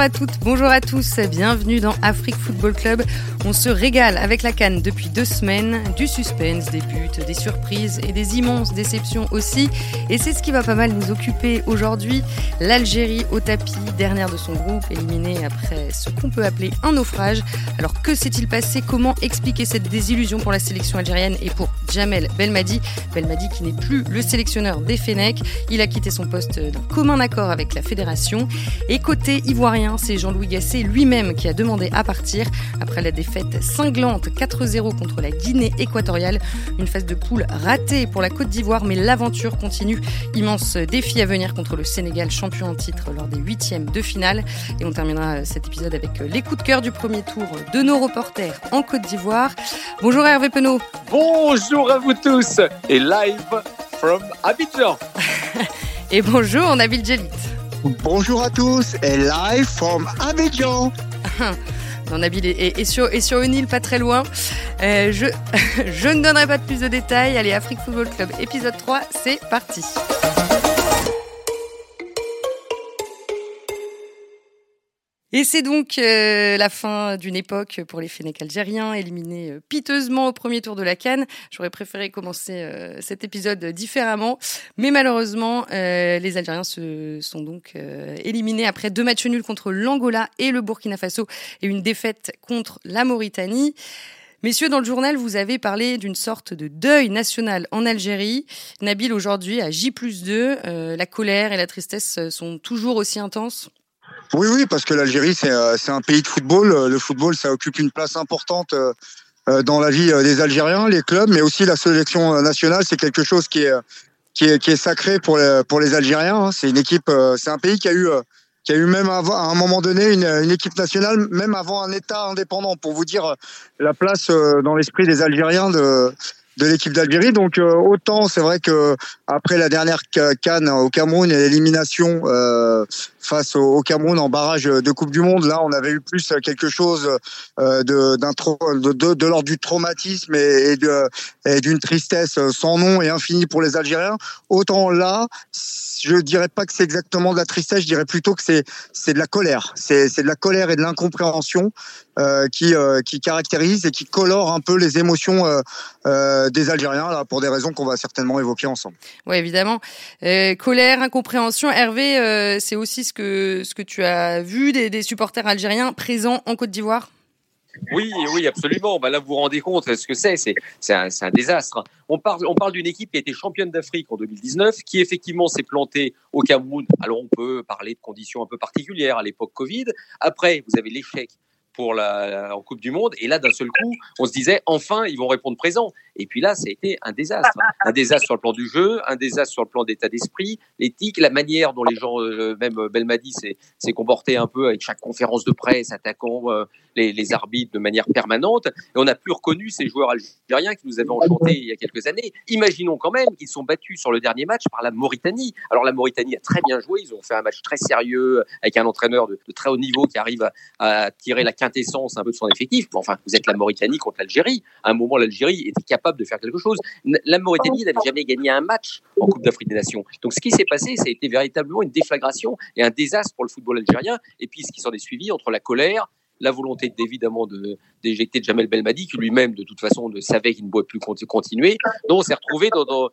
à toutes, bonjour à tous, bienvenue dans Afrique Football Club. On se régale avec la CAN depuis 2 semaines, du suspense, des buts, des surprises et des immenses déceptions aussi. Et c'est ce qui va pas mal nous occuper aujourd'hui. L'Algérie au tapis, dernière de son groupe, éliminée après ce qu'on peut appeler un naufrage. Alors que s'est-il passé ? Comment expliquer cette désillusion pour la sélection algérienne et pour Djamel Belmadi ? Belmadi qui n'est plus le sélectionneur des Fennecs. Il a quitté son poste d'un commun accord avec la fédération. Et côté ivoirien, c'est Jean-Louis Gasset lui-même qui a demandé à partir après la défaite cinglante 4-0 contre la Guinée équatoriale. Une phase de poule ratée pour la Côte d'Ivoire, mais l'aventure continue. Immense défi à venir contre le Sénégal, champion en titre lors des 8e de finale. Et on terminera cet épisode avec les coups de cœur du premier tour de nos reporters en Côte d'Ivoire. Bonjour Hervé Penaud. Bonjour à vous tous et live from Abidjan. Et bonjour Nabil Djellit. Bonjour à tous et live from Abidjan. Non, Nabil est sur une île pas très loin. Je ne donnerai pas de plus de détails. Allez, Afrique Football Club, épisode 3, c'est parti. Et c'est donc la fin d'une époque pour les Fennecs algériens, éliminés piteusement au premier tour de la CAN. J'aurais préféré commencer cet épisode différemment, mais malheureusement, les Algériens se sont donc éliminés après 2 matchs nuls contre l'Angola et le Burkina Faso et une défaite contre la Mauritanie. Messieurs, dans le journal, vous avez parlé d'une sorte de deuil national en Algérie. Nabil, aujourd'hui, à J+2, la colère et la tristesse sont toujours aussi intenses ? Oui, parce que l'Algérie, c'est un pays de football. Le football, ça occupe une place importante dans la vie des Algériens, les clubs, mais aussi la sélection nationale. C'est quelque chose qui est sacré pour les Algériens. C'est une équipe, c'est un pays qui a eu même avant, à un moment donné une équipe nationale, même avant un État indépendant, pour vous dire la place dans l'esprit des Algériens de l'équipe d'Algérie. Donc autant c'est vrai que après la dernière CAN au Cameroun et l'élimination face au Cameroun en barrage de Coupe du Monde, là on avait eu plus quelque chose de l'ordre du traumatisme et d'une tristesse sans nom et infinie pour les Algériens. Autant là, je dirais pas que c'est exactement de la tristesse, je dirais plutôt que c'est de la colère. C'est de la colère et de l'incompréhension qui caractérise et qui colore un peu les émotions des Algériens, là, pour des raisons qu'on va certainement évoquer ensemble. Oui, évidemment. Colère, incompréhension. Hervé, c'est aussi ce que tu as vu des supporters algériens présents en Côte d'Ivoire ? Oui, absolument. Là, vous vous rendez compte, ce que c'est un désastre. On parle d'une équipe qui a été championne d'Afrique en 2019, qui effectivement s'est plantée au Cameroun. Alors, on peut parler de conditions un peu particulières à l'époque Covid. Après, vous avez l'échec en Coupe du Monde. Et là, d'un seul coup, on se disait, enfin, ils vont répondre présent. Et puis là, ça a été un désastre. Un désastre sur le plan du jeu, un désastre sur le plan d'état d'esprit, l'éthique, la manière dont les gens, même Belmadi s'est comporté un peu avec chaque conférence de presse, attaquant les arbitres de manière permanente. Et on n'a plus reconnu ces joueurs algériens qui nous avaient enchantés il y a quelques années. Imaginons quand même qu'ils sont battus sur le dernier match par la Mauritanie. Alors la Mauritanie a très bien joué. Ils ont fait un match très sérieux avec un entraîneur de très haut niveau qui arrive à tirer la quintessence un peu de son effectif. Mais enfin, vous êtes la Mauritanie contre l'Algérie. À un moment, l'Algérie était capable de faire quelque chose. La Mauritanie n'avait jamais gagné un match en Coupe d'Afrique des Nations. Donc ce qui s'est passé, ça a été véritablement une déflagration et un désastre pour le football algérien. Et puis ce qui s'en est suivi entre la colère, la volonté évidemment d'éjecter Djamel Belmadi, qui lui-même de toute façon ne savait qu'il ne pouvait plus continuer. Donc on s'est retrouvé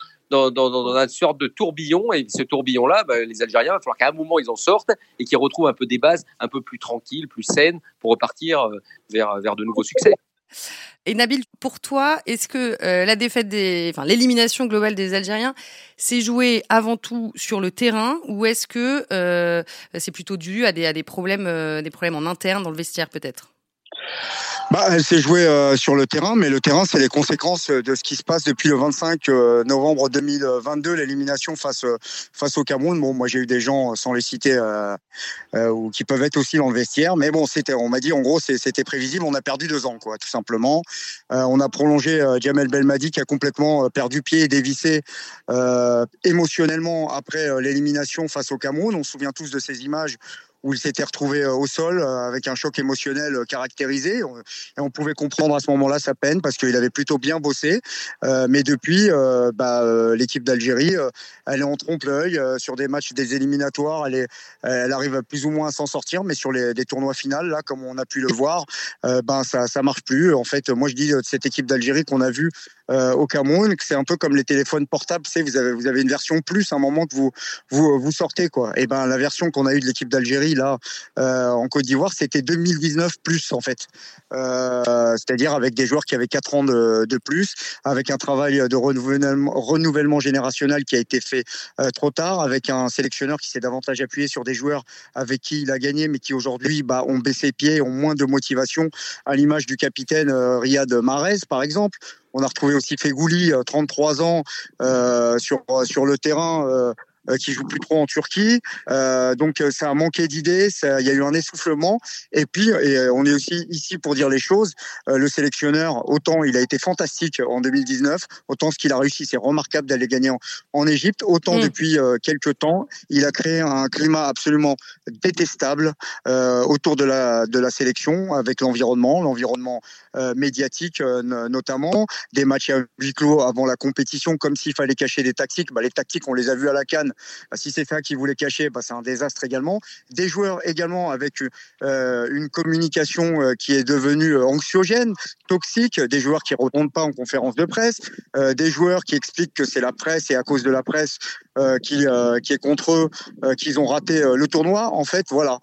dans une sorte de tourbillon, et ce tourbillon-là, les Algériens, il va falloir qu'à un moment ils en sortent et qu'ils retrouvent un peu des bases un peu plus tranquilles, plus saines, pour repartir vers de nouveaux succès. Et Nabil, pour toi, est-ce que la défaite l'élimination globale des Algériens s'est jouée avant tout sur le terrain, ou est-ce que c'est plutôt dû à des problèmes en interne dans le vestiaire peut-être ? Elle s'est jouée sur le terrain, mais le terrain, c'est les conséquences de ce qui se passe depuis le 25 novembre 2022, l'élimination face au Cameroun. Bon, moi, j'ai eu des gens, sans les citer, ou qui peuvent être aussi dans le vestiaire, mais bon, on m'a dit, en gros, c'était prévisible. On a perdu 2 ans, quoi, tout simplement. On a prolongé Djamel Belmadi, qui a complètement perdu pied et dévissé émotionnellement après l'élimination face au Cameroun. On se souvient tous de ces images où il s'était retrouvé au sol avec un choc émotionnel caractérisé. Et on pouvait comprendre à ce moment-là sa peine parce qu'il avait plutôt bien bossé. Mais depuis, l'équipe d'Algérie, elle est en trompe-l'œil sur des matchs des éliminatoires. Elle arrive plus ou moins à s'en sortir, mais sur des tournois finaux, là, comme on a pu le voir, ça marche plus. En fait, moi je dis de cette équipe d'Algérie qu'on a vue au Cameroun, que c'est un peu comme les téléphones portables. Vous avez une version plus à un moment que vous sortez, quoi. Et la version qu'on a eue de l'équipe d'Algérie là en Côte d'Ivoire, c'était 2019 plus en fait. C'est-à-dire avec des joueurs qui avaient 4 ans de plus, avec un travail de renouvellement générationnel qui a été fait trop tard, avec un sélectionneur qui s'est davantage appuyé sur des joueurs avec qui il a gagné, mais qui aujourd'hui ont baissé pied, ont moins de motivation, à l'image du capitaine Riyad Mahrez par exemple. On a retrouvé aussi Feghouli, 33 ans, sur le terrain, qui joue plus trop en Turquie. Donc ça a manqué d'idées, il y a eu un essoufflement. Et puis, on est aussi ici pour dire les choses. Le sélectionneur, autant il a été fantastique en 2019, autant ce qu'il a réussi, c'est remarquable d'aller gagner en Égypte. Autant depuis quelques temps, il a créé un climat absolument détestable autour de la sélection, avec l'environnement médiatique notamment, des matchs à huis clos avant la compétition, comme s'il fallait cacher des tactiques. Les tactiques, on les a vues à la CAN. Si c'est ça qu'ils voulaient cacher, c'est un désastre également. Des joueurs également avec une communication qui est devenue anxiogène, toxique, des joueurs qui ne répondent pas en conférence de presse, des joueurs qui expliquent que c'est la presse et à cause de la presse qui est contre eux, qu'ils ont raté le tournoi. En fait, voilà,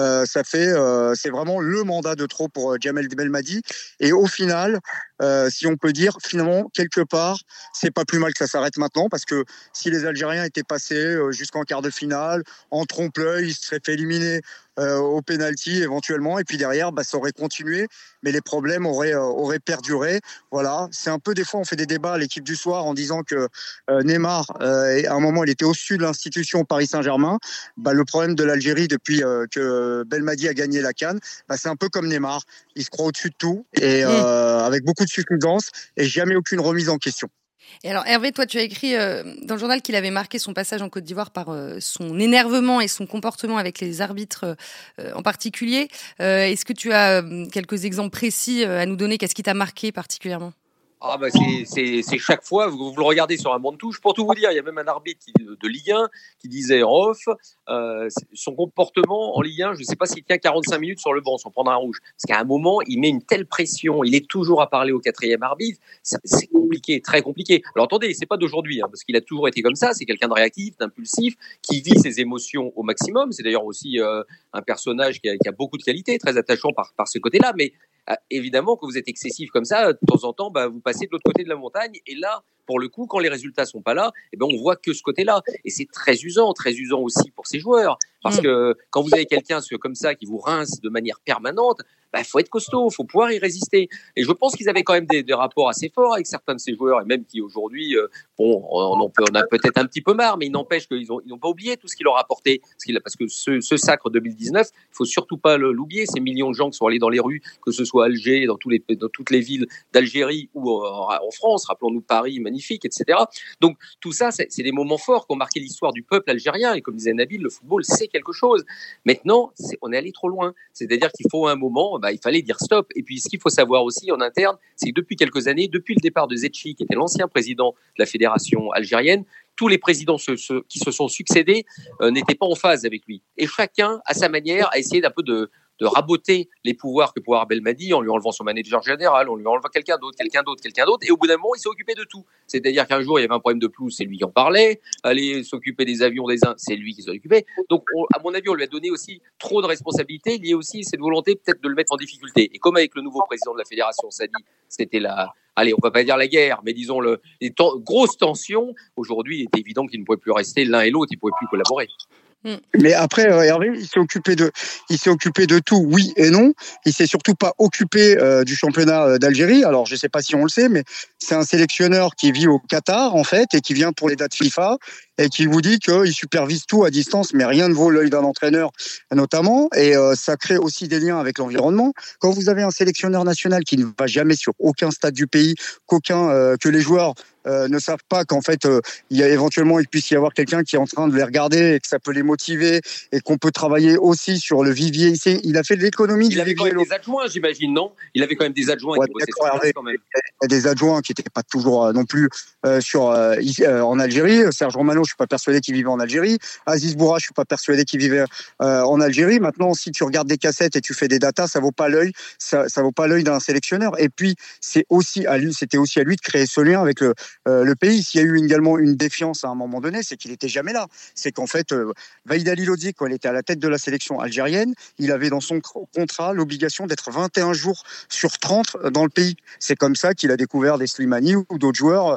c'est vraiment le mandat de trop pour Djamel Belmadi. Et au final, si on peut dire, finalement, quelque part, c'est pas plus mal que ça s'arrête maintenant, parce que si les Algériens étaient passés jusqu'en quart de finale, en trompe-l'œil, ils se seraient fait éliminer au pénalty éventuellement, et puis derrière, ça aurait continué, mais les problèmes auraient perduré. Voilà, c'est un peu, des fois, on fait des débats à l'équipe du soir en disant que Neymar, à un moment, il était au-dessus de l'institution Paris Saint-Germain. Le problème de l'Algérie depuis que Belmadi a gagné la CAN, c'est un peu comme Neymar. Il se croit au-dessus de tout, et avec beaucoup de suffisance, et jamais aucune remise en question. Et alors Hervé, toi tu as écrit dans le journal qu'il avait marqué son passage en Côte d'Ivoire par son énervement et son comportement avec les arbitres en particulier. Est-ce que tu as quelques exemples précis à nous donner? Qu'est-ce qui t'a marqué particulièrement? C'est chaque fois, vous le regardez sur un banc de touche, pour tout vous dire, il y a même un arbitre de Ligue 1 qui disait en off, son comportement en Ligue 1, je ne sais pas s'il tient 45 minutes sur le banc sans prendre un rouge. Parce qu'à un moment, il met une telle pression, il est toujours à parler au quatrième arbitre, c'est compliqué, très compliqué. Alors attendez, c'est pas d'aujourd'hui, parce qu'il a toujours été comme ça, c'est quelqu'un de réactif, d'impulsif, qui vit ses émotions au maximum. C'est d'ailleurs aussi un personnage qui a beaucoup de qualités, très attachant par ce côté-là, mais évidemment, quand vous êtes excessif comme ça, de temps en temps, vous passez de l'autre côté de la montagne. Et là, pour le coup, quand les résultats sont pas là, on voit que ce côté-là. Et c'est très usant aussi pour ces joueurs. Parce que quand vous avez quelqu'un comme ça qui vous rince de manière permanente, faut être costaud, faut pouvoir y résister. Et je pense qu'ils avaient quand même des rapports assez forts avec certains de ces joueurs, et même qui aujourd'hui, on a peut-être un petit peu marre, mais il n'empêche qu'ils n'ont pas oublié tout ce qu'il leur a apporté. Parce que ce sacre 2019, il faut surtout pas l'oublier. Ces millions de gens qui sont allés dans les rues, que ce soit à Alger, dans toutes les villes d'Algérie ou en France, rappelons-nous Paris, magnifique, etc. Donc tout ça, c'est des moments forts qui ont marqué l'histoire du peuple algérien. Et comme disait Nabil, le football, c'est quelque chose. Maintenant, on est allé trop loin. C'est-à-dire qu'il faut un moment, il fallait dire stop. Et puis, ce qu'il faut savoir aussi en interne, c'est que depuis quelques années, depuis le départ de Zetchi, qui était l'ancien président de la fédération algérienne, tous les présidents qui se sont succédés n'étaient pas en phase avec lui. Et chacun, à sa manière, a essayé d'un peu de raboter les pouvoirs que pouvait avoir Belmadi en lui enlevant son manager général, en lui enlevant quelqu'un d'autre. Et au bout d'un moment, il s'est occupé de tout. C'est-à-dire qu'un jour, il y avait un problème de pelouse, c'est lui qui en parlait. Aller s'occuper des avions des uns, c'est lui qui s'en occupait. Donc, à mon avis, on lui a donné aussi trop de responsabilités. Il y a aussi cette volonté peut-être de le mettre en difficulté. Et comme avec le nouveau président de la fédération, Sadi, c'était allez, on va pas dire la guerre, mais disons les grosses tensions. Aujourd'hui, il était évident qu'ils ne pouvaient plus rester l'un et l'autre, ils ne pouvaient plus collaborer. Mais après, Hervé, il s'est occupé de tout, oui et non. Il s'est surtout pas occupé du championnat d'Algérie. Alors, je sais pas si on le sait, mais c'est un sélectionneur qui vit au Qatar, en fait, et qui vient pour les dates FIFA. et qui vous dit qu'il supervise tout à distance, mais rien ne vaut l'œil d'un entraîneur notamment, et ça crée aussi des liens avec l'environnement. Quand vous avez un sélectionneur national qui ne va jamais sur aucun stade du pays, que les joueurs ne savent pas qu'en fait il puisse y avoir quelqu'un qui est en train de les regarder et que ça peut les motiver et qu'on peut travailler aussi sur le vivier. Il a fait de l'économie. Il avait quand même des adjoints, j'imagine, non? Il avait quand même des adjoints qui bossaient sur place quand même. Il y a des adjoints qui n'étaient pas toujours non plus en Algérie. Serge Romano, je suis pas persuadé qu'il vivait en Algérie. Aziz Bourra, je suis pas persuadé qu'il vivait en Algérie. Maintenant, si tu regardes des cassettes et tu fais des datas, ça vaut pas l'œil. Ça vaut pas l'œil d'un sélectionneur. Et puis c'était aussi à lui de créer ce lien avec le pays. S'il y a eu également une défiance à un moment donné, c'est qu'il n'était jamais là. C'est qu'en fait, Vahid Halilhodžić, quand il était à la tête de la sélection algérienne, il avait dans son contrat l'obligation d'être 21 jours sur 30 dans le pays. C'est comme ça qu'il a découvert des Slimani ou d'autres joueurs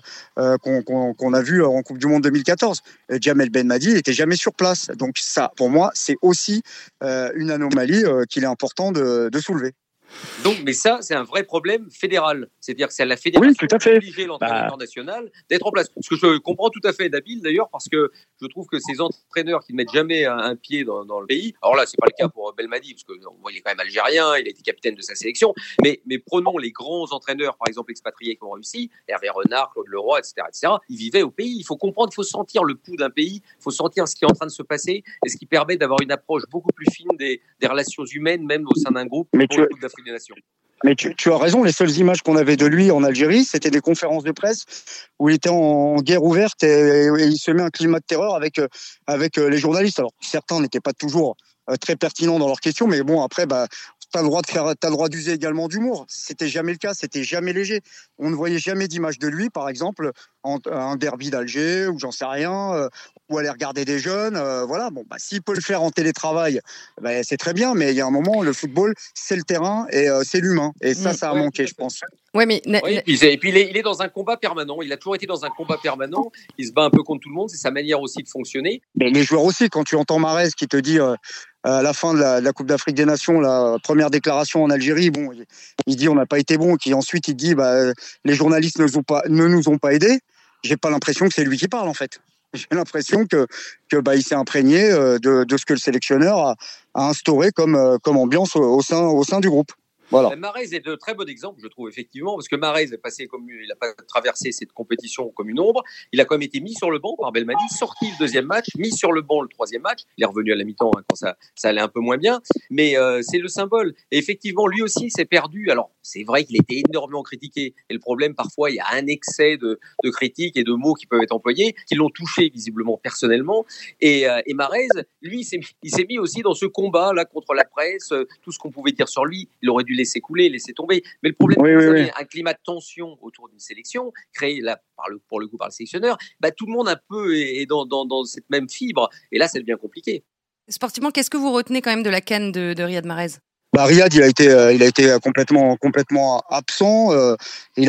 qu'on a vus en Coupe du Monde 2014. Djamel Benmadi n'était jamais sur place. Donc ça, pour moi, c'est aussi une anomalie qu'il est important de soulever. Donc, mais ça, c'est un vrai problème fédéral. C'est-à-dire que c'est à la fédération d'obliger l'entraîneur national d'être en place. Ce que je comprends tout à fait Nabil, d'ailleurs, parce que je trouve que ces entraîneurs qui ne mettent jamais un pied dans le pays, alors là, c'est pas le cas pour Belmadi, parce que il est quand même algérien, il a été capitaine de sa sélection, mais prenons les grands entraîneurs, par exemple expatriés qui ont réussi, Hervé Renard, Claude Leroy, etc., ils vivaient au pays. Il faut comprendre, il faut sentir le pouls d'un pays, il faut sentir ce qui est en train de se passer, et ce qui permet d'avoir une approche beaucoup plus fine des relations humaines, même au sein d'un groupe, pour le Coupe d'Afrique des Nations. Mais tu as raison, les seules images qu'on avait de lui en Algérie, c'était des conférences de presse où il était en guerre ouverte et il se met un climat de terreur avec les journalistes. Alors certains n'étaient pas toujours très pertinents dans leurs questions, mais bon après t'as le droit d'user également d'humour. C'était jamais le cas, c'était jamais léger. On ne voyait jamais d'image de lui, par exemple, en un derby d'Alger ou j'en sais rien, ou aller regarder des jeunes. Voilà, s'il peut le faire en télétravail, c'est très bien. Mais il y a un moment, le football, c'est le terrain et c'est l'humain. Et ça a manqué, je pense. Ouais, mais et puis il est dans un combat permanent. Il a toujours été dans un combat permanent. Il se bat un peu contre tout le monde. C'est sa manière aussi de fonctionner. Mais les joueurs aussi, quand tu entends Mahrez qui te dit à la fin de la Coupe d'Afrique des Nations, la première déclaration en Algérie, il dit on n'a pas été bon, qui ensuite il dit les journalistes ne nous ont pas aidés. J'ai pas l'impression que c'est lui qui parle en fait. J'ai l'impression que il s'est imprégné de ce que le sélectionneur a instauré comme ambiance au sein du groupe. Voilà. Mahrez est de très bon exemple, je trouve, effectivement, parce que Mahrez il n'a pas traversé cette compétition comme une ombre. Il a quand même été mis sur le banc par Belmadi, sorti le deuxième match, mis sur le banc le troisième match. Il est revenu à la mi-temps quand ça allait un peu moins bien, mais c'est le symbole. Et effectivement, lui aussi s'est perdu. Alors, c'est vrai qu'il était énormément critiqué. Et le problème, parfois, il y a un excès de critiques et de mots qui peuvent être employés, qui l'ont touché visiblement personnellement. Et Mahrez, lui, il s'est mis aussi dans ce combat là contre la presse, tout ce qu'on pouvait dire sur lui. Il aurait dû laisser couler, laisser tomber. Mais le problème, c'est un climat de tension autour d'une sélection, créé là, pour le coup par le sélectionneur. Tout le monde un peu est dans cette même fibre. Et là, ça devient compliqué. Sportivement, qu'est-ce que vous retenez quand même de la CAN de Riyad Mahrez? Riyad, il a été complètement absent. Il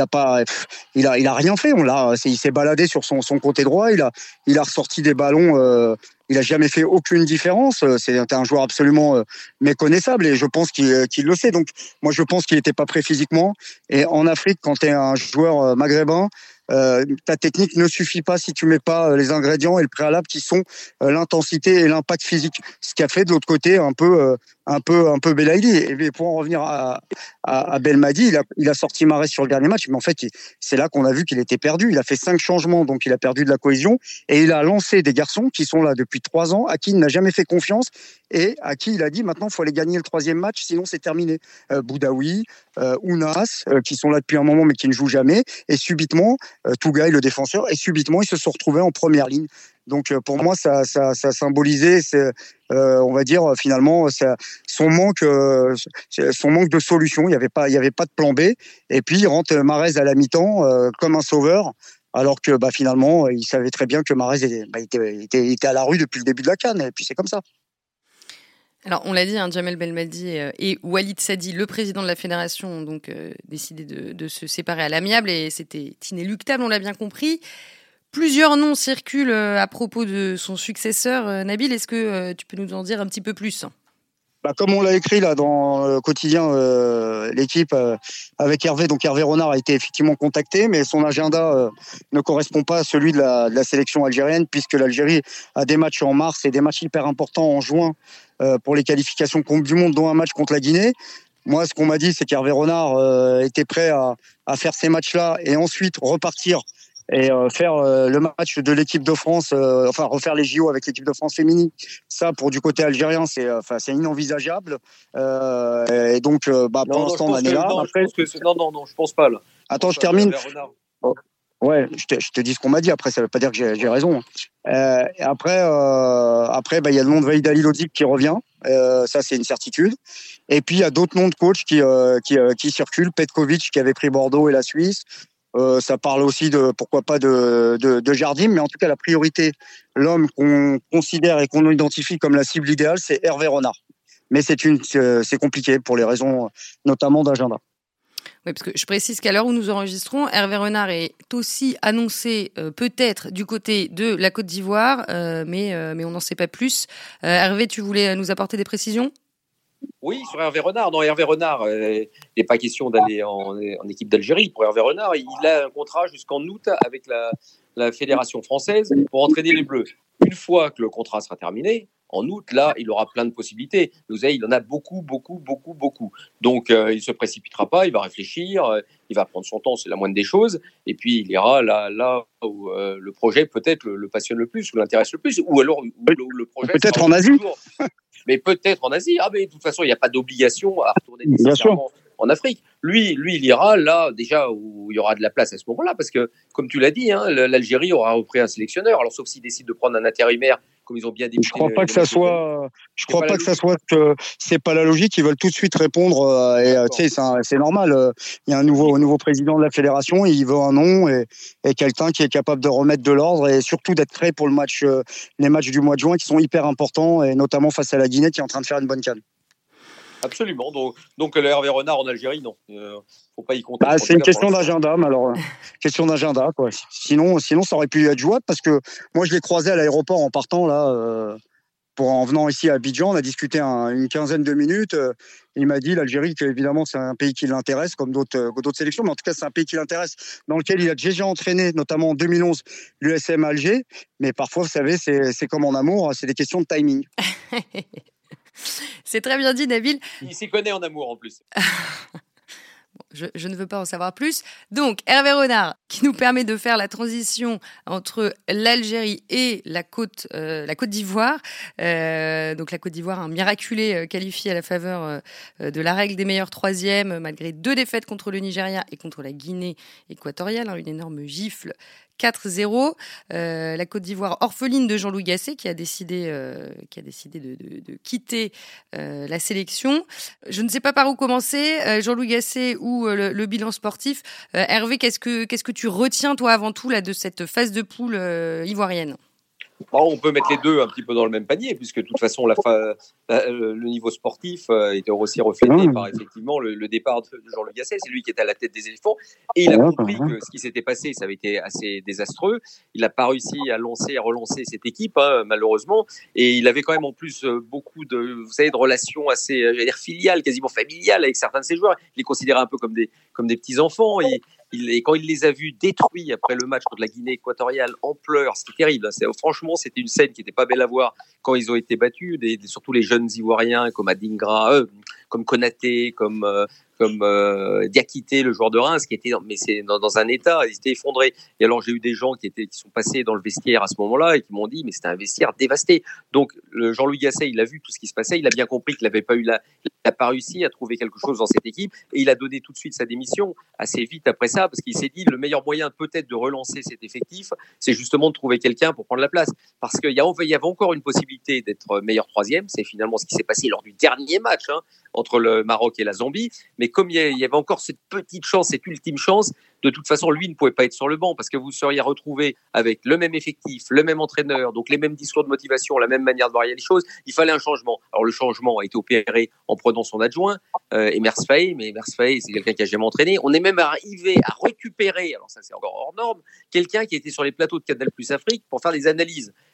a rien fait. Il s'est baladé sur son côté droit. Il a ressorti des ballons. Il a jamais fait aucune différence. C'est un joueur absolument méconnaissable et je pense qu'il le sait. Donc moi, je pense qu'il n'était pas prêt physiquement. Et en Afrique, quand tu es un joueur maghrébin, ta technique ne suffit pas si tu mets pas les ingrédients et le préalable qui sont l'intensité et l'impact physique. Ce qui a fait de l'autre côté un peu Belaïli. Et pour en revenir à Belmadi, il a sorti Mahrez sur le dernier match, mais en fait c'est là qu'on a vu qu'il était perdu. Il a fait 5 changements, donc il a perdu de la cohésion et il a lancé des garçons qui sont là depuis 3 ans, à qui il n'a jamais fait confiance et à qui il a dit maintenant il faut aller gagner le 3e match, sinon c'est terminé. Boudaoui, Ounas, qui sont là depuis un moment mais qui ne jouent jamais, et subitement Tougaï, le défenseur, et subitement ils se sont retrouvés en première ligne. Donc pour moi ça symbolisait on va dire finalement son manque de solution. Il y avait pas de plan B. Et puis il rentre Mahrez à la mi-temps comme un sauveur, alors que finalement il savait très bien que Mahrez était à la rue depuis le début de la CAN. Et puis c'est comme ça. Alors, on l'a dit, Djamel Belmadi et Walid Sadi, le président de la fédération, ont donc décidé de se séparer à l'amiable et c'était inéluctable, on l'a bien compris. Plusieurs noms circulent à propos de son successeur. Nabil, est-ce que tu peux nous en dire un petit peu plus ? Comme on l'a écrit là dans le quotidien, l'équipe avec Hervé. Donc Hervé Renard a été effectivement contacté, mais son agenda ne correspond pas à celui de la sélection algérienne, puisque l'Algérie a des matchs en mars et des matchs hyper importants en juin pour les qualifications Coupe du Monde, dont un match contre la Guinée. Moi, ce qu'on m'a dit, c'est qu'Hervé Renard était prêt à faire ces matchs-là et ensuite repartir et faire le match de l'équipe de France, refaire les JO avec l'équipe de France féminine. Ça, pour du côté algérien, c'est inenvisageable. Et donc, pour l'instant, on en est là. Après, je pense pas là. Attends, je termine. Ouais, je te dis ce qu'on m'a dit. Après, ça veut pas dire que j'ai raison. Après, il y a le nom de Vaïd Halilhodžić qui revient. Ça, c'est une certitude. Et puis, il y a d'autres noms de coachs qui circulent. Petkovic, qui avait pris Bordeaux et la Suisse. Ça parle aussi pourquoi pas de Jardim, mais en tout cas, la priorité, l'homme qu'on considère et qu'on identifie comme la cible idéale, c'est Hervé Renard. Mais c'est compliqué pour les raisons notamment d'agenda. Oui, parce que je précise qu'à l'heure où nous enregistrons, Hervé Renard est aussi annoncé peut-être du côté de la Côte d'Ivoire, mais on n'en sait pas plus. Hervé, tu voulais nous apporter des précisions ? Oui, sur Hervé Renard. Non, Hervé Renard, il n'est pas question d'aller en équipe d'Algérie. Pour Hervé Renard, il a un contrat jusqu'en août avec la Fédération française pour entraîner les Bleus. Une fois que le contrat sera terminé, en août, là, il aura plein de possibilités. Vous savez, il en a beaucoup. Donc, il ne se précipitera pas, il va réfléchir, il va prendre son temps, c'est la moindre des choses. Et puis, il ira là où le projet peut-être le passionne le plus, ou l'intéresse le plus, ou alors où le projet... Peut-être en Asie. Mais peut-être en Asie. Ah, mais de toute façon, il n'y a pas d'obligation à retourner nécessairement en Afrique. Lui, il ira là, déjà, où il y aura de la place à ce moment-là, parce que, comme tu l'as dit, l'Algérie aura repris un sélectionneur. Alors, sauf s'ils décident de prendre un intérimaire, comme ils ont bien débuté. Je crois pas que ça soit que c'est pas la logique. Ils veulent tout de suite répondre. C'est normal. Il y a un nouveau président de la fédération. Il veut un nom et quelqu'un qui est capable de remettre de l'ordre et surtout d'être prêt pour les matchs du mois de juin qui sont hyper importants et notamment face à la Guinée qui est en train de faire une bonne CAN. Absolument. Donc le Hervé Renard en Algérie, non. Faut pas y compter. C'est une question d'agenda, mais alors question d'agenda, quoi. Sinon, ça aurait pu être jouable parce que moi, je l'ai croisé à l'aéroport en partant là, en venant ici à Abidjan. On a discuté une quinzaine de minutes. Il m'a dit l'Algérie, évidemment, c'est un pays qui l'intéresse, comme d'autres sélections, mais en tout cas, c'est un pays qui l'intéresse, dans lequel il a déjà entraîné, notamment en 2011, l'USM Alger. Mais parfois, vous savez, c'est comme en amour, c'est des questions de timing. C'est très bien dit, Nabil. Il s'y connaît en amour, en plus. Je ne veux pas en savoir plus. Donc, Hervé Renard, qui nous permet de faire la transition entre l'Algérie et la Côte d'Ivoire. Donc, la Côte d'Ivoire, un miraculé qualifié à la faveur de la règle des meilleurs troisièmes, malgré 2 défaites contre le Nigeria et contre la Guinée équatoriale. Une énorme gifle. 4-0. La Côte d'Ivoire orpheline de Jean-Louis Gasset qui a décidé de quitter la sélection. Je ne sais pas par où commencer, Jean-Louis Gasset ou le bilan sportif. Hervé, qu'est-ce que tu retiens toi avant tout là de cette phase de poule ivoirienne ? On peut mettre les deux un petit peu dans le même panier, puisque de toute façon, le niveau sportif était aussi reflété par effectivement le départ de Jean-Louis Gasset. C'est lui qui était à la tête des éléphants. Et il a compris que ce qui s'était passé, ça avait été assez désastreux. Il n'a pas réussi à relancer cette équipe, malheureusement. Et il avait quand même en plus beaucoup de relations assez filiales, quasiment familiales avec certains de ses joueurs. Il les considérait un peu comme des petits-enfants. Et quand il les a vus détruits après le match contre la Guinée équatoriale en pleurs, c'était terrible. Franchement, c'était une scène qui n'était pas belle à voir quand ils ont été battus. Surtout les jeunes Ivoiriens comme Adingra, comme Konaté, comme Diakité, le joueur de Reims, qui était dans un état, ils étaient effondrés. Et alors j'ai eu des gens qui sont passés dans le vestiaire à ce moment-là et qui m'ont dit mais c'était un vestiaire dévasté. Donc Jean-Louis Gasset, il a vu tout ce qui se passait, il a bien compris qu'il n'avait pas pas réussi à trouver quelque chose dans cette équipe et il a donné tout de suite sa démission assez vite après ça parce qu'il s'est dit le meilleur moyen peut-être de relancer cet effectif, c'est justement de trouver quelqu'un pour prendre la place. Parce qu'il y avait encore une possibilité d'être meilleur troisième, c'est finalement ce qui s'est passé lors du dernier match entre le Maroc et la Zambie. Mais comme il y avait encore cette petite chance, cette ultime chance, de toute façon, lui ne pouvait pas être sur le banc parce que vous seriez retrouvé avec le même effectif, le même entraîneur, donc les mêmes discours de motivation, la même manière de voir les choses. Il fallait un changement. Alors le changement a été opéré en prenant son adjoint, Emers Faé, mais Emers Faé, c'est quelqu'un qui a jamais entraîné. On est même arrivé à récupérer, alors ça c'est encore hors norme, quelqu'un qui était sur les plateaux de Canal+ Afrique pour faire des analyses.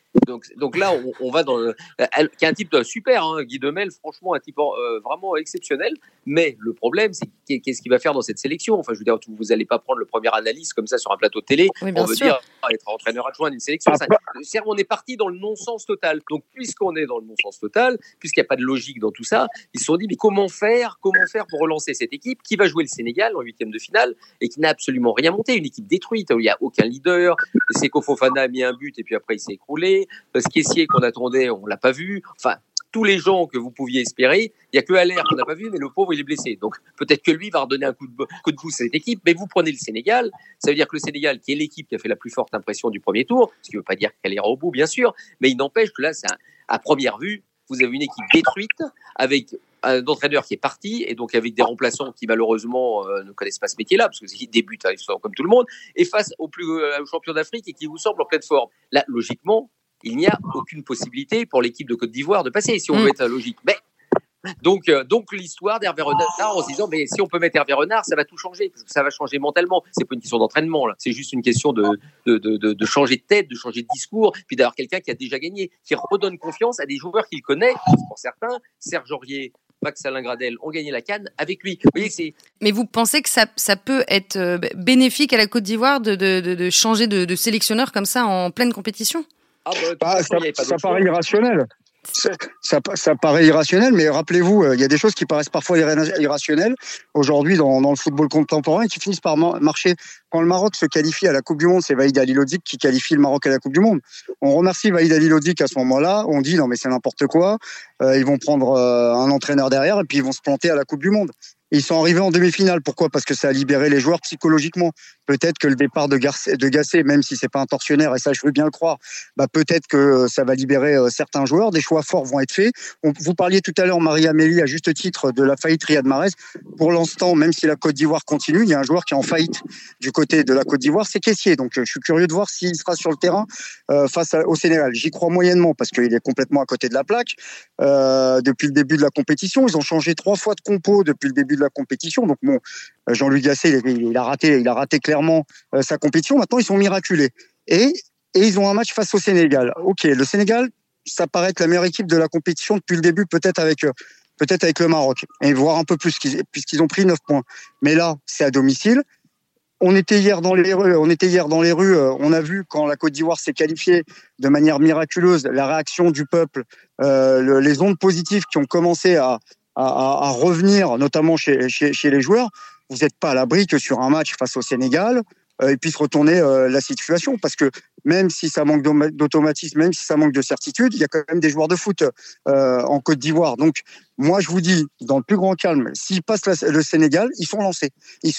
Donc là, on va dans qui est un type super, hein, Guy Demel, franchement un type vraiment exceptionnel. Mais le problème, c'est qu'est-ce qu'il va faire dans cette sélection. Enfin, je veux dire, vous n'allez pas prendre le premier analyste comme ça sur un plateau de télé. Oui, on veut sûr. dire être entraîneur adjoint d'une sélection. On est parti dans le non-sens total. Donc, puisqu'on est dans le non-sens total, puisqu'il n'y a pas de logique dans tout ça, ils se sont dit mais comment faire pour relancer cette équipe qui va jouer le Sénégal en 8e de finale et qui n'a absolument rien monté, une équipe détruite où il n'y a aucun leader. Seko Fofana a mis un but et puis après il s'est écroulé. Ce caissier qu'on attendait, on l'a pas vu. Enfin, tous les gens que vous pouviez espérer, il y a que Haller qu'on n'a pas vu, mais le pauvre il est blessé. Donc peut-être que lui va redonner un coup de pouce à cette équipe. Mais vous prenez le Sénégal, ça veut dire que le Sénégal, qui est l'équipe qui a fait la plus forte impression du premier tour, ce qui ne veut pas dire qu'elle ira au bout, bien sûr, mais il n'empêche que là, à première vue, vous avez une équipe détruite avec un entraîneur qui est parti et donc avec des remplaçants qui malheureusement ne connaissent pas ce métier-là parce qu'ils débutent ils sont comme tout le monde et face au champion d'Afrique et qui vous semble en pleine forme. Là, logiquement, il n'y a aucune possibilité pour l'équipe de Côte d'Ivoire de passer, si on veut être logique. Mais donc l'histoire d'Hervé Renard en se disant mais si on peut mettre Hervé Renard, ça va tout changer parce que ça va changer mentalement. C'est pas une question d'entraînement là, c'est juste une question de changer de tête, de changer de discours, puis d'avoir quelqu'un qui a déjà gagné, qui redonne confiance à des joueurs qu'il connaît. Pour certains, Serge Aurier, Max Alain Gradel ont gagné la CAN avec lui. Vous voyez, Mais vous pensez que ça peut être bénéfique à la Côte d'Ivoire de changer de sélectionneur comme ça en pleine compétition? Ça paraît irrationnel. Ça paraît irrationnel, mais rappelez-vous, il y a des choses qui paraissent parfois irrationnelles aujourd'hui dans le football contemporain et qui finissent par marcher. Quand le Maroc se qualifie à la Coupe du Monde, c'est Walid Halilhodžić qui qualifie le Maroc à la Coupe du Monde. On remercie Walid Halilhodžić à ce moment-là. On dit non mais c'est n'importe quoi. Ils vont prendre un entraîneur derrière et puis ils vont se planter à la Coupe du Monde. Ils sont arrivés en demi-finale. Pourquoi ? Parce que ça a libéré les joueurs psychologiquement. Peut-être que le départ de Gasset, même si c'est pas un tortionnaire, et ça je veux bien le croire, peut-être que ça va libérer certains joueurs. Des choix forts vont être faits. Vous parliez tout à l'heure, Marie-Amélie, à juste titre, de la faillite Riyad Mahrez. Pour l'instant, même si la Côte d'Ivoire continue, il y a un joueur qui est en faillite du côté de la Côte d'Ivoire, c'est Kessié. Donc je suis curieux de voir s'il sera sur le terrain face au Sénégal. J'y crois moyennement parce qu'il est complètement à côté de la plaque. Depuis le début de la compétition, ils ont changé 3 fois de compo depuis le début de la compétition. Donc bon, Jean-Louis Gasset, il a raté clairement sa compétition. Maintenant, ils sont miraculés. Et ils ont un match face au Sénégal. Ok, le Sénégal, ça paraît être la meilleure équipe de la compétition depuis le début, peut-être avec le Maroc, et voire un peu plus, puisqu'ils ont pris 9 points. Mais là, c'est à domicile. On était hier dans les rues, on a vu quand la Côte d'Ivoire s'est qualifiée de manière miraculeuse, la réaction du peuple, les ondes positives qui ont commencé à revenir, notamment chez les joueurs. Vous n'êtes pas à l'abri que sur un match face au Sénégal, il puisse retourner la situation, parce que même si ça manque d'automatisme, même si ça manque de certitude, il y a quand même des joueurs de foot en Côte d'Ivoire. Donc moi je vous dis, dans le plus grand calme, s'ils passent le Sénégal, ils sont lancés.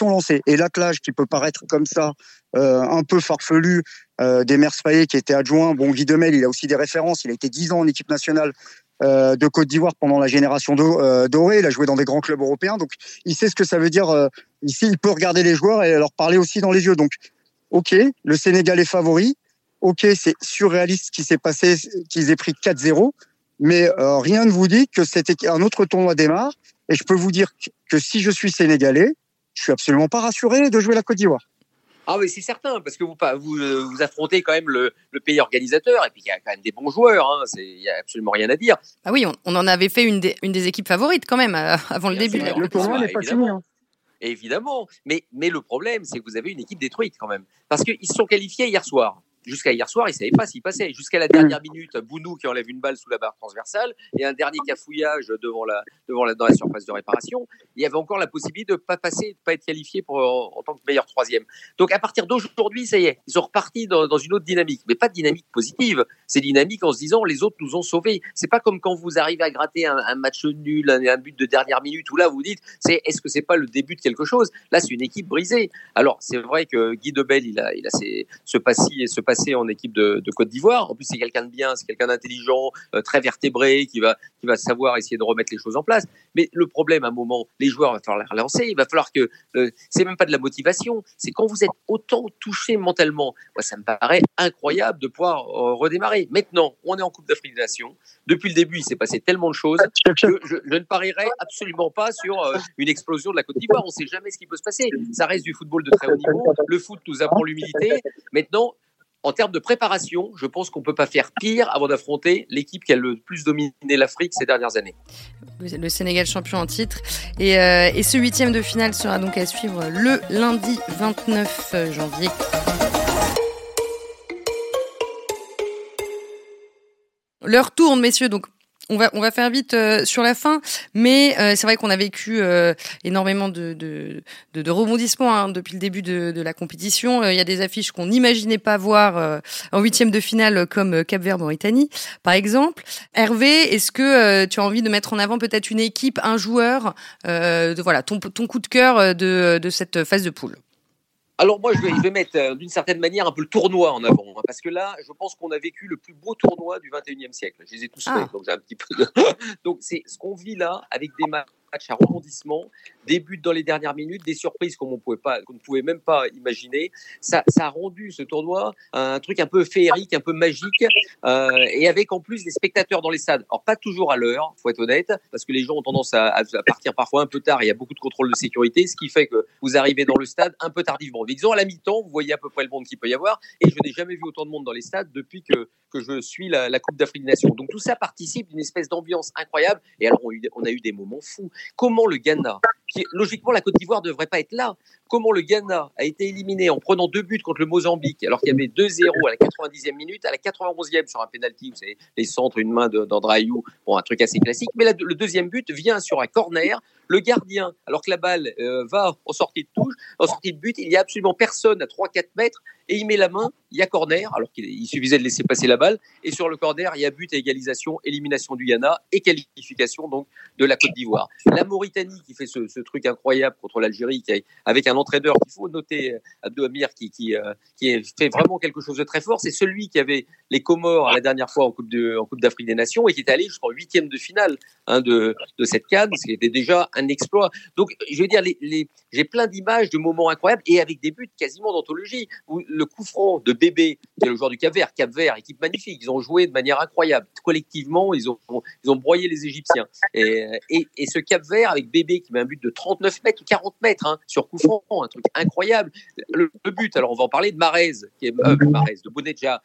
Et l'attelage qui peut paraître comme ça un peu farfelu d'Emers Faé qui était adjoint, bon, Guy Demel, il a aussi des références, il a été 10 ans en équipe nationale de Côte d'Ivoire pendant la génération dorée, il a joué dans des grands clubs européens, donc il sait ce que ça veut dire. Ici, il peut regarder les joueurs et leur parler aussi dans les yeux. Donc, ok, le Sénégal est favori, ok, c'est surréaliste ce qui s'est passé, qu'ils aient pris 4-0, mais rien ne vous dit que un autre tournoi démarre, et je peux vous dire que si je suis sénégalais, je suis absolument pas rassuré de jouer la Côte d'Ivoire. Ah oui, c'est certain, parce que vous affrontez quand même le pays organisateur, et puis il y a quand même des bons joueurs, hein, il n'y a absolument rien à dire. Ah oui, on en avait fait une des équipes favorites quand même, avant le début. Le tournoi n'est pas fini. Évidemment, mais le problème, c'est que vous avez une équipe détruite quand même, parce qu'ils se sont qualifiés hier soir. Jusqu'à hier soir, ils ne savaient pas s'ils passaient. Jusqu'à la dernière minute, Bounou qui enlève une balle sous la barre transversale et un dernier cafouillage dans la surface de réparation. Il y avait encore la possibilité de ne pas passer, de ne pas être qualifié en tant que meilleur troisième. Donc à partir d'aujourd'hui, ça y est, ils sont repartis dans une autre dynamique, mais pas de dynamique positive. C'est dynamique en se disant les autres nous ont sauvés. C'est pas comme quand vous arrivez à gratter un match nul, un but de dernière minute où là vous dites est-ce que c'est pas le début de quelque chose? Là, c'est une équipe brisée. Alors c'est vrai que Guy Demel, il a ce passé en équipe de Côte d'Ivoire. En plus, c'est quelqu'un de bien, c'est quelqu'un d'intelligent, très vertébré, qui va savoir essayer de remettre les choses en place. Mais le problème, à un moment, les joueurs, il va falloir les relancer. Il va falloir que c'est même pas de la motivation, c'est quand vous êtes autant touché mentalement. Moi, ça me paraît incroyable de pouvoir redémarrer. Maintenant, on est en Coupe d'Afrique des Nations. Depuis le début, il s'est passé tellement de choses que je ne parierais absolument pas sur une explosion de la Côte d'Ivoire. On ne sait jamais ce qui peut se passer. Ça reste du football de très haut niveau. Le foot nous apprend l'humilité. Maintenant, En termes de préparation, je pense qu'on ne peut pas faire pire avant d'affronter l'équipe qui a le plus dominé l'Afrique ces dernières années. Le Sénégal champion en titre. Et ce 8e de finale sera donc à suivre le lundi 29 janvier. L'heure tourne, messieurs, donc on va faire vite sur la fin, mais c'est vrai qu'on a vécu énormément de rebondissements depuis le début de la compétition. Il y a des affiches qu'on n'imaginait pas voir en 8e de finale, comme Cap-Vert-Mauritanie, par exemple. Hervé, est-ce que tu as envie de mettre en avant peut-être une équipe, un joueur, ton coup de cœur de cette phase de poule? Alors moi, je vais mettre d'une certaine manière un peu le tournoi en avant, hein, parce que là, je pense qu'on a vécu le plus beau tournoi du 21e siècle. Je les ai tous faits, donc j'ai un petit peu de... Donc c'est ce qu'on vit là, avec des matchs à rebondissement, des buts dans les dernières minutes, des surprises qu'on ne pouvait même pas imaginer. Ça a rendu ce tournoi un truc un peu féerique, un peu magique, et avec en plus des spectateurs dans les stades. Alors pas toujours à l'heure, faut être honnête, parce que les gens ont tendance à partir parfois un peu tard. Il y a beaucoup de contrôle de sécurité, ce qui fait que vous arrivez dans le stade un peu tardivement. Mais disons à la mi-temps, vous voyez à peu près le monde qu'il peut y avoir, et je n'ai jamais vu autant de monde dans les stades depuis que je suis la Coupe d'Afrique des Nations. Donc tout ça participe d'une espèce d'ambiance incroyable. Et alors on a eu des moments fous. Comment le Ghana, logiquement la Côte d'Ivoire ne devrait pas être là, comment le Ghana a été éliminé en prenant 2 buts contre le Mozambique, alors qu'il y avait 2-0 à la 90e minute, à la 91e sur un penalty, vous savez, les centres, une main d'Andrayou, bon, un truc assez classique. Mais le deuxième but vient sur un corner. Le gardien, alors que la balle va en sortie de touche, en sortie de but, il n'y a absolument personne à 3-4 mètres, et il met la main, il y a corner, alors qu'il suffisait de laisser passer la balle, et sur le corner, il y a but à égalisation, élimination du Ghana, et qualification donc de la Côte d'Ivoire. La Mauritanie qui fait ce truc incroyable contre l'Algérie, avec un entraîneur qu'il faut noter, Abdou Amir, qui fait vraiment quelque chose de très fort, c'est celui qui avait les Comores la dernière fois en Coupe d'Afrique des Nations, et qui est allé jusqu'en 8e de finale de cette CAN, ce qui était déjà un exploit. Donc, je veux dire, j'ai plein d'images, de moments incroyables, et avec des buts quasiment d'anthologie. Le coup franc de Bébé, qui est le joueur du Cap-Vert, équipe magnifique, ils ont joué de manière incroyable. Collectivement, ils ont broyé les Égyptiens. Et ce Cap-Vert avec Bébé qui met un but de 39 mètres ou 40 mètres sur coup franc, un truc incroyable. Le but, alors on va en parler de Marez, de Bounedjah,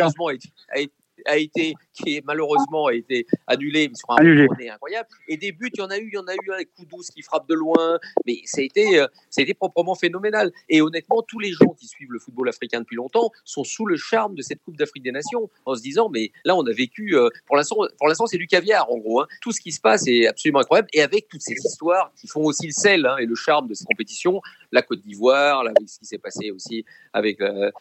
qui malheureusement a été annulé, mais sur un tournée incroyable. Et des buts, il y en a eu avec Koudous qui frappe de loin, mais ça a été proprement phénoménal. Et honnêtement, tous les gens qui suivent le football africain depuis longtemps sont sous le charme de cette Coupe d'Afrique des Nations, en se disant, mais là, on a vécu, pour l'instant, c'est du caviar, en gros. Tout ce qui se passe est absolument incroyable, et avec toutes ces histoires qui font aussi le sel et le charme de cette compétition, la Côte d'Ivoire, avec ce qui s'est passé aussi avec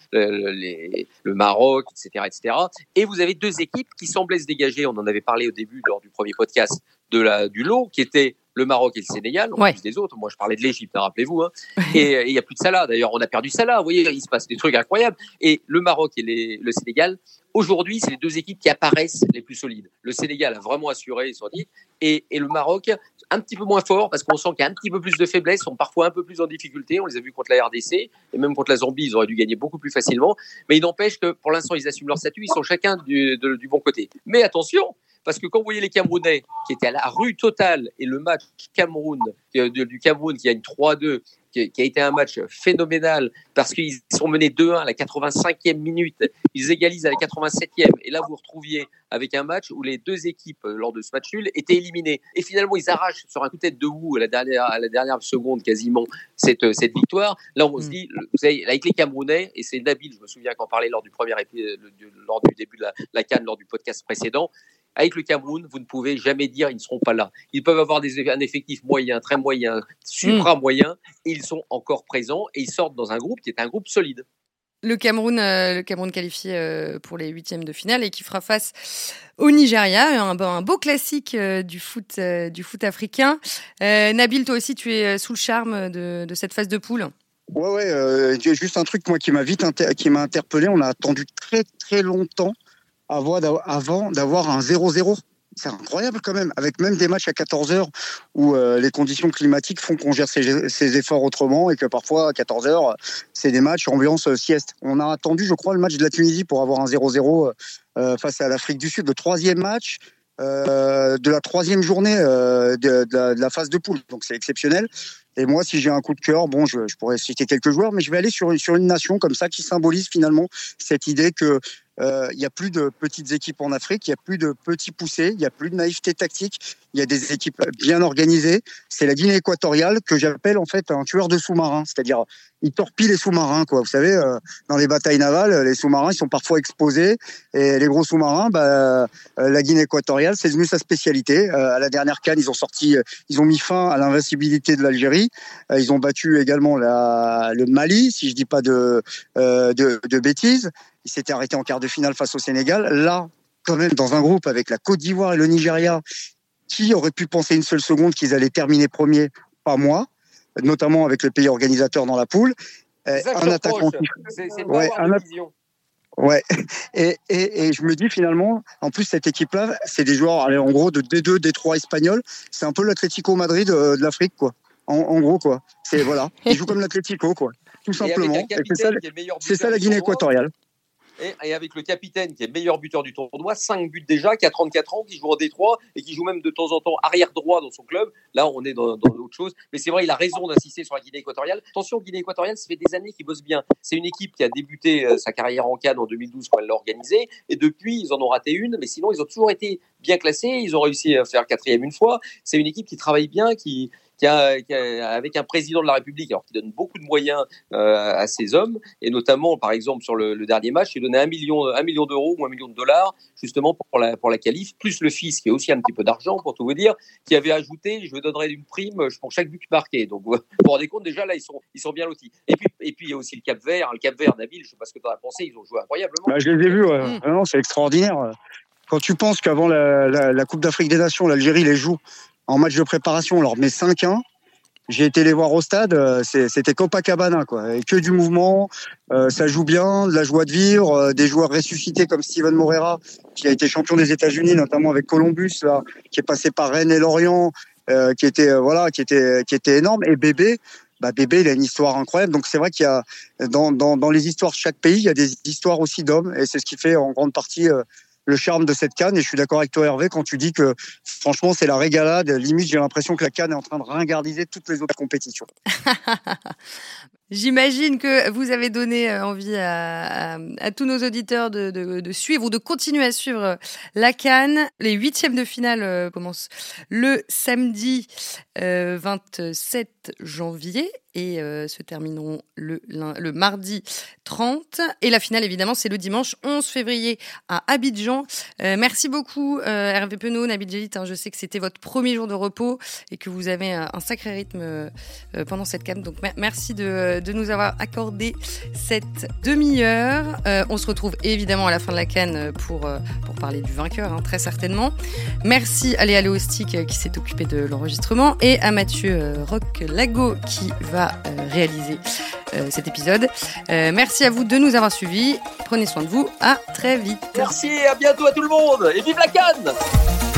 le Maroc, etc. Et vous avez 2 équipes qui semblaient se dégager. On en avait parlé au début lors du premier podcast du lot, qui était le Maroc et le Sénégal. En plus des autres. Moi, je parlais de l'Égypte, rappelez-vous. Et il n'y a plus de Salah. D'ailleurs, on a perdu Salah. Vous voyez, il se passe des trucs incroyables. Et le Maroc et le Sénégal, aujourd'hui, c'est les 2 équipes qui apparaissent les plus solides. Le Sénégal a vraiment assuré son titre. Et le Maroc, un petit peu moins fort, parce qu'on sent qu'il y a un petit peu plus de faiblesse, sont parfois un peu plus en difficulté. On les a vus contre la RDC, et même contre la Zambie, ils auraient dû gagner beaucoup plus facilement. Mais il n'empêche que, pour l'instant, ils assument leur statut, ils sont chacun du bon côté. Mais attention, parce que quand vous voyez les Camerounais, qui étaient à la rue totale, et le match du Cameroun qui gagne 3-2, qui a été un match phénoménal, parce qu'ils sont menés 2-1 à la 85e minute, ils égalisent à la 87e, et là vous retrouviez avec un match où les 2 équipes, lors de ce match nul, étaient éliminées. Et finalement, ils arrachent sur un coup de tête de Wu à la dernière seconde quasiment cette victoire. Là, on se dit, vous savez, avec les Camerounais, et c'est Nabil, je me souviens qu'en parlait lors du début de la CAN, lors du podcast précédent, avec le Cameroun, vous ne pouvez jamais dire ils ne seront pas là. Ils peuvent avoir un effectif moyen, très moyen, supra-moyen, et ils sont encore présents, et ils sortent dans un groupe qui est un groupe solide. Le Cameroun qualifié pour les 8e de finale et qui fera face au Nigeria, un beau classique du foot africain. Nabil, toi aussi, tu es sous le charme de cette phase de poule. Ouais, juste un truc moi qui m'a interpellé. On a attendu très très longtemps avant d'avoir un 0-0. C'est incroyable quand même, avec même des matchs à 14h où les conditions climatiques font qu'on gère ses efforts autrement, et que parfois à 14h, c'est des matchs ambiance sieste. On a attendu, je crois, le match de la Tunisie pour avoir un 0-0 face à l'Afrique du Sud, le 3e match de la 3e journée de la phase de poule. Donc c'est exceptionnel. Et moi, si j'ai un coup de cœur, bon, je pourrais citer quelques joueurs, mais je vais aller sur une nation comme ça qui symbolise finalement cette idée que il y a plus de petites équipes en Afrique, il y a plus de petits poussés, il y a plus de naïveté tactique, il y a des équipes bien organisées. C'est la Guinée équatoriale que j'appelle en fait un tueur de sous-marins, c'est-à-dire il torpille les sous-marins, quoi. Vous savez, dans les batailles navales, les sous-marins ils sont parfois exposés et les gros sous-marins, la Guinée équatoriale, c'est devenu sa spécialité. À la dernière CAN, ils ont mis fin à l'invincibilité de l'Algérie. Ils ont battu également le Mali, si je dis pas de bêtises. Ils s'étaient arrêtés en quart de finale face au Sénégal. Là, quand même, dans un groupe avec la Côte d'Ivoire et le Nigeria, qui aurait pu penser une seule seconde qu'ils allaient terminer premier? Pas moi, notamment avec le pays organisateur dans la poule. Un attaquant. C'est pas avoir de vision. Ouais. Et je me dis finalement, en plus cette équipe-là, c'est des joueurs, allez, en gros, de D2, D3 espagnols. C'est un peu l'Atlético Madrid de l'Afrique, quoi. En gros, quoi. C'est voilà. Ils jouent comme l'Atlético, quoi. Tout simplement. Et c'est ça la Guinée équatoriale. Et avec le capitaine qui est meilleur buteur du tournoi, 5 buts déjà, qui a 34 ans, qui joue en D3 et qui joue même de temps en temps arrière droit dans son club. Là, on est dans autre chose. Mais c'est vrai, il a raison d'insister sur la Guinée équatoriale. Attention, Guinée équatoriale, ça fait des années qu'ils bossent bien. C'est une équipe qui a débuté sa carrière en CAN en 2012 quand elle l'a organisée. Et depuis, ils en ont raté une. Mais sinon, ils ont toujours été bien classés. Ils ont réussi à faire 4e une fois. C'est une équipe qui travaille bien, qui avec un président de la République, alors qui donne beaucoup de moyens à ses hommes, et notamment, par exemple, sur le dernier match, il donnait 1 million d'euros ou $1 million, justement pour la qualif, plus le fils, qui a aussi un petit peu d'argent, pour tout vous dire, qui avait ajouté, je me donnerai une prime pour chaque but marqué. Donc, vous vous rendez compte, déjà, là, ils sont bien lotis. Et puis, il y a aussi le Cap-Vert. Le Cap-Vert, Nabil, je ne sais pas ce que tu en as pensé, ils ont joué incroyablement. Je les ai vus, ouais. Non, c'est extraordinaire. Quand tu penses qu'avant la Coupe d'Afrique des Nations, l'Algérie les joue en match de préparation, on leur met 5-1. J'ai été les voir au stade, c'était Copacabana, quoi. Et que du mouvement, ça joue bien, de la joie de vivre, des joueurs ressuscités comme Steven Moreira, qui a été champion des États-Unis, notamment avec Columbus, là, qui est passé par Rennes et Lorient, qui était énorme. Et Bébé, il a une histoire incroyable. Donc c'est vrai qu'il y a dans les histoires de chaque pays, il y a des histoires aussi d'hommes, et c'est ce qui fait en grande partie le charme de cette CAN. Et je suis d'accord avec toi, Hervé, quand tu dis que franchement c'est la régalade. Limite, j'ai l'impression que la CAN est en train de ringardiser toutes les autres compétitions. J'imagine que vous avez donné envie à tous nos auditeurs de suivre ou de continuer à suivre la CAN. Les 8e de finale commencent le samedi 27 janvier et se termineront le mardi 30. Et la finale, évidemment, c'est le dimanche 11 février à Abidjan. Merci beaucoup, Hervé Penaud, Nabil Djellit. Je sais que c'était votre premier jour de repos et que vous avez un sacré rythme pendant cette CAN. Donc, merci de nous avoir accordé cette demi-heure. On se retrouve évidemment à la fin de la CAN pour parler du vainqueur, très certainement. Merci à Léa Léostic qui s'est occupée de l'enregistrement et à Mathieu Roch-Lago qui va réaliser cet épisode. Merci à vous de nous avoir suivis. Prenez soin de vous. À très vite. Merci et à bientôt à tout le monde. Et vive la CAN!